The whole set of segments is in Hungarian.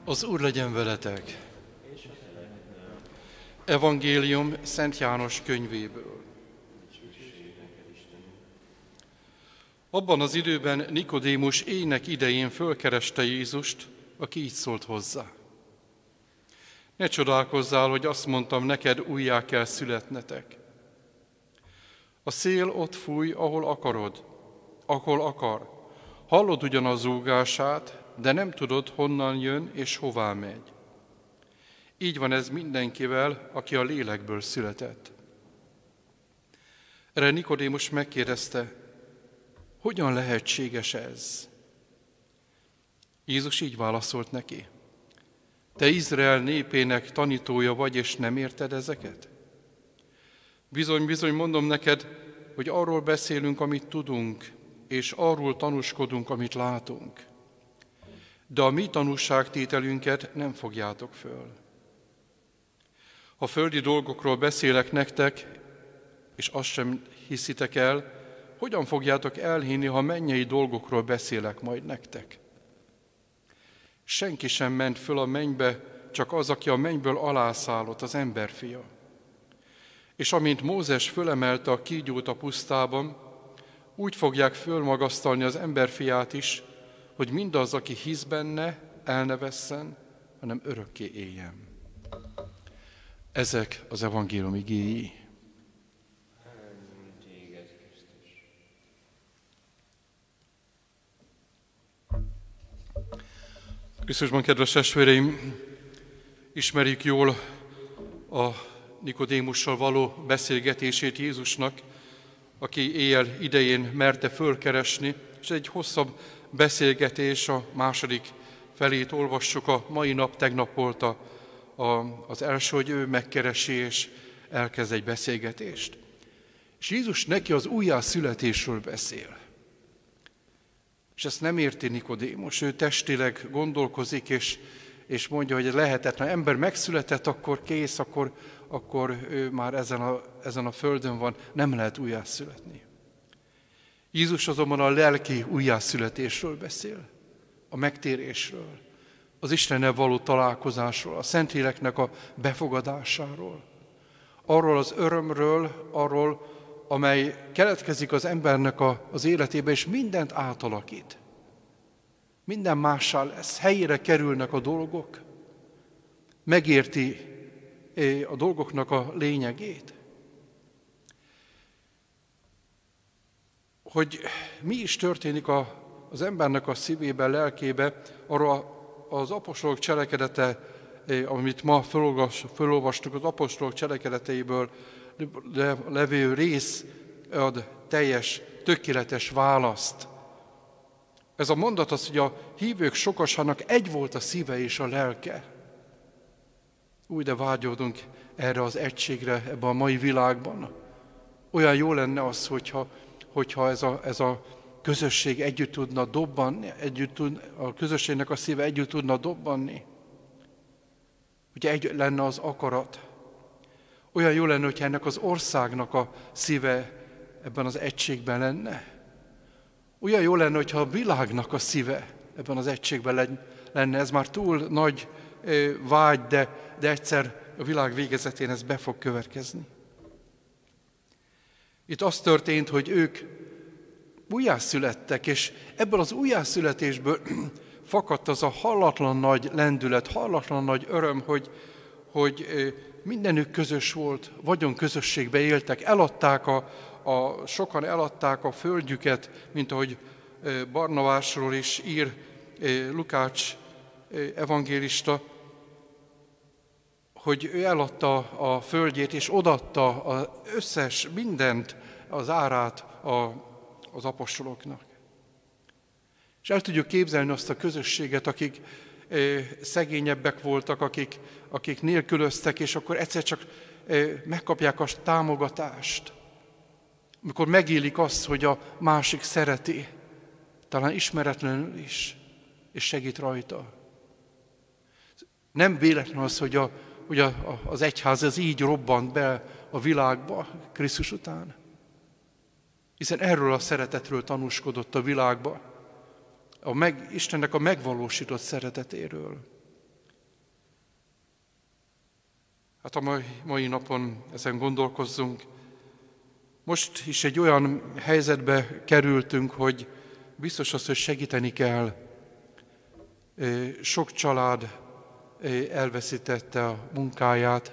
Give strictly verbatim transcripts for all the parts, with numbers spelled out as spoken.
Az Úr legyen veletek! Evangélium Szent János könyvéből. Abban az időben Nikodémus éjnek idején fölkereste Jézust, aki így szólt hozzá. Ne csodálkozzál, hogy azt mondtam neked, újjá kell születnetek. A szél ott fúj, ahol akarod, ahol akar. Hallod ugyan a zúgását, de nem tudod, honnan jön és hová megy. Így van ez mindenkivel, aki a lélekből született. Erre Nikodémus megkérdezte, hogyan lehetséges ez? Jézus így válaszolt neki. Te Izrael népének tanítója vagy, és nem érted ezeket? Bizony, bizony mondom neked, hogy arról beszélünk, amit tudunk, és arról tanúskodunk, amit látunk. De a mi tanúságtételünket nem fogjátok föl. Ha földi dolgokról beszélek nektek, és azt sem hiszitek el, hogyan fogjátok elhinni, ha mennyei dolgokról beszélek majd nektek? Senki sem ment föl a mennybe, csak az, aki a mennyből alászállott, az emberfia. És amint Mózes fölemelte a kígyót a pusztában, úgy fogják fölmagasztalni az emberfiát is, hogy mindaz, aki hisz benne, el ne vesszen, hanem örökké éljen. Ezek az evangélium igéi. Krisztusban, kedves testvéreim, ismerjük jól a Nikodémussal való beszélgetését Jézusnak, aki éjjel idején merte fölkeresni, és egy hosszabb beszélgetés, a második felét olvassuk a mai nap, tegnap volt a, a, az első, hogy ő megkeresi és elkezd egy beszélgetést. És Jézus neki az újjászületésről beszél. És ezt nem érti Nikodémus, ő testileg gondolkozik, és, és mondja, hogy lehetetlen. Ha ember megszületett, akkor kész, akkor, akkor ő már ezen a, ezen a földön van, nem lehet újjászületni. Jézus azonban a lelki újjászületésről beszél, a megtérésről, az Istennel való találkozásról, a Szentléleknek a befogadásáról, arról az örömről, arról, amely keletkezik az embernek a, az életébe, és mindent átalakít. Minden mássá lesz, helyére kerülnek a dolgok, megérti a dolgoknak a lényegét. Hogy mi is történik a, az embernek a szívében, lelkébe, arról az apostolok cselekedete, amit ma felolvastuk az apostolok cselekedeteiből, levő rész ad teljes, tökéletes választ. Ez a mondat az, hogy a hívők sokasának egy volt a szíve és a lelke. Úgy, de vágyódunk erre az egységre ebben a mai világban. Olyan jó lenne az, hogyha, hogyha ez, a, ez a közösség együtt tudna dobbanni, együtt tud, a közösségnek a szíve együtt tudna dobbanni. Ugye egy lenne az akarat. Olyan jó lenne, hogyha ennek az országnak a szíve ebben az egységben lenne. Olyan jó lenne, hogyha a világnak a szíve ebben az egységben lenne. Ez már túl nagy vágy, de, de egyszer a világ végezetén ez be fog következni. Itt az történt, hogy ők újjászülettek, és ebből az újjászületésből fakadt az a hallatlan nagy lendület, hallatlan nagy öröm, hogy, hogy mindenük közös volt, vagyon közösségbe éltek, eladták a, a, sokan eladták a földjüket, mint ahogy Barnabásról is ír Lukács evangélista, hogy ő eladta a földjét, és odaadta az összes mindent, az árát a, az apostoloknak. És el tudjuk képzelni azt a közösséget, akik szegényebbek voltak, akik, akik nélkülöztek, és akkor egyszer csak megkapják a támogatást. Amikor megélik azt, hogy a másik szereti, talán ismeretlenül is, és segít rajta. Nem véletlen az, hogy, a, hogy a, az egyház az így robbant be a világba Krisztus után. Hiszen erről a szeretetről tanúskodott a világba. A meg, Istennek a megvalósított szeretetéről. Hát a mai, mai napon ezen gondolkozzunk. Most is egy olyan helyzetbe kerültünk, hogy biztos az, hogy segíteni kell. Sok család elveszítette a munkáját,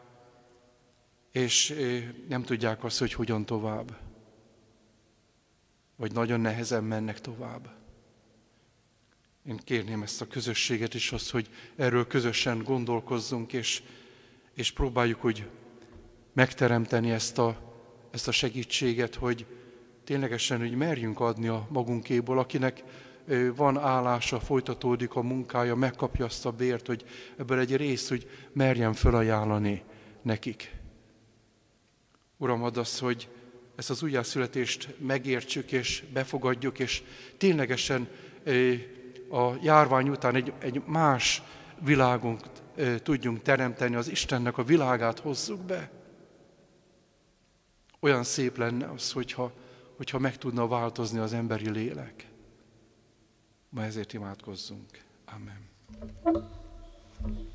és nem tudják azt, hogy hogyan tovább. Vagy nagyon nehezen mennek tovább. Én kérném ezt a közösséget is, azt, hogy erről közösen gondolkozzunk, és, és próbáljuk úgy megteremteni ezt a, ezt a segítséget, hogy ténylegesen hogy merjünk adni a magunkéból, akinek van állása, folytatódik a munkája, megkapja azt a bért, hogy ebből egy részt, hogy merjen felajánlani nekik. Uram, add azt, hogy ezt az újjászületést megértsük és befogadjuk, és ténylegesen a járvány után egy, egy más világunk tudjunk teremteni, az Istennek a világát hozzuk be. Olyan szép lenne az, hogyha, hogyha meg tudna változni az emberi lélek. Ma ezért imádkozzunk. Amen.